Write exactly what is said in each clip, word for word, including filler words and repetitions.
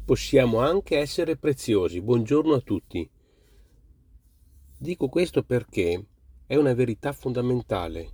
possiamo anche essere preziosi. Buongiorno a tutti. Dico questo perché è una verità fondamentale.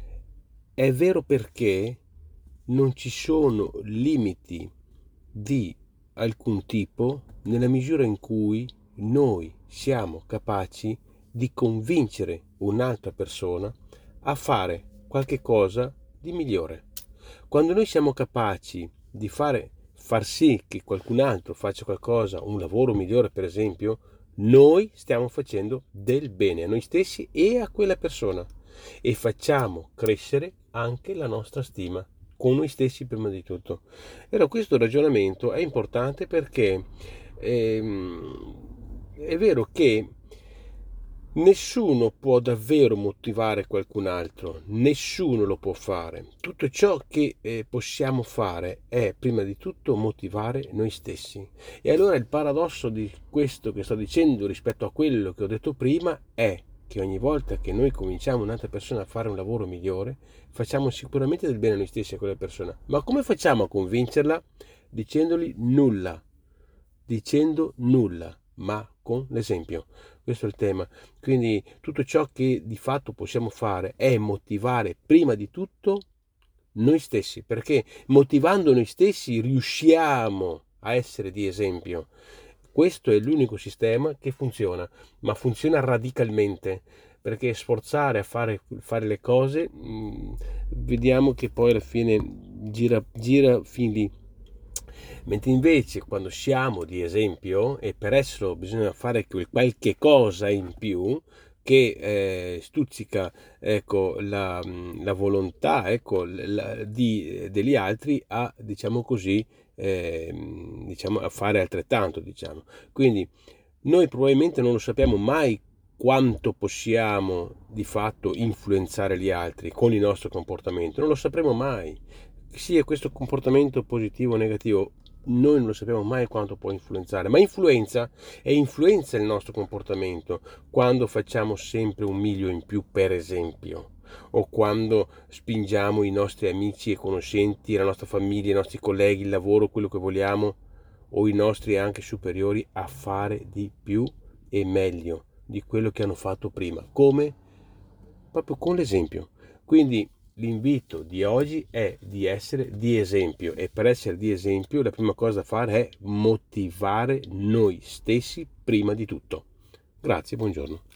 È vero perché non ci sono limiti di alcun tipo nella misura in cui noi siamo capaci di convincere un'altra persona a fare qualche cosa di migliore. Quando noi siamo capaci di fare far sì che qualcun altro faccia qualcosa, un lavoro migliore per esempio, noi stiamo facendo del bene a noi stessi e a quella persona e facciamo crescere anche la nostra stima con noi stessi prima di tutto. Allora questo ragionamento è importante perché ehm, è vero che nessuno può davvero motivare qualcun altro, nessuno lo può fare. Tutto ciò che eh, possiamo fare è prima di tutto motivare noi stessi. E allora il paradosso di questo che sto dicendo rispetto a quello che ho detto prima è che ogni volta che noi cominciamo un'altra persona a fare un lavoro migliore, facciamo sicuramente del bene a noi stessi e a quella persona. Ma come facciamo a convincerla? Dicendogli nulla, dicendo nulla, ma con l'esempio. Questo è il tema. Quindi tutto ciò che di fatto possiamo fare è motivare prima di tutto noi stessi, perché motivando noi stessi riusciamo a essere di esempio. Questo è l'unico sistema che funziona, ma funziona radicalmente, perché sforzare a fare, fare le cose, mh, vediamo che poi alla fine gira, gira fin lì. Mentre invece quando siamo di esempio, e per esserlo bisogna fare qualche cosa in più, che eh, stuzzica ecco, la, la volontà ecco, la, di, degli altri a, diciamo così, eh, diciamo, a fare altrettanto. Diciamo. Quindi noi probabilmente non lo sappiamo mai quanto possiamo di fatto influenzare gli altri con il nostro comportamento, non lo sapremo mai. Sia questo comportamento positivo o negativo, noi non lo sappiamo mai quanto può influenzare, ma influenza e influenza il nostro comportamento quando facciamo sempre un miglio in più, per esempio, o quando spingiamo i nostri amici e conoscenti, la nostra famiglia, i nostri colleghi, il lavoro, quello che vogliamo, o i nostri anche superiori a fare di più e meglio di quello che hanno fatto prima. Come? Proprio con l'esempio. Quindi l'invito di oggi è di essere di esempio e per essere di esempio la prima cosa da fare è motivare noi stessi prima di tutto. Grazie, buongiorno.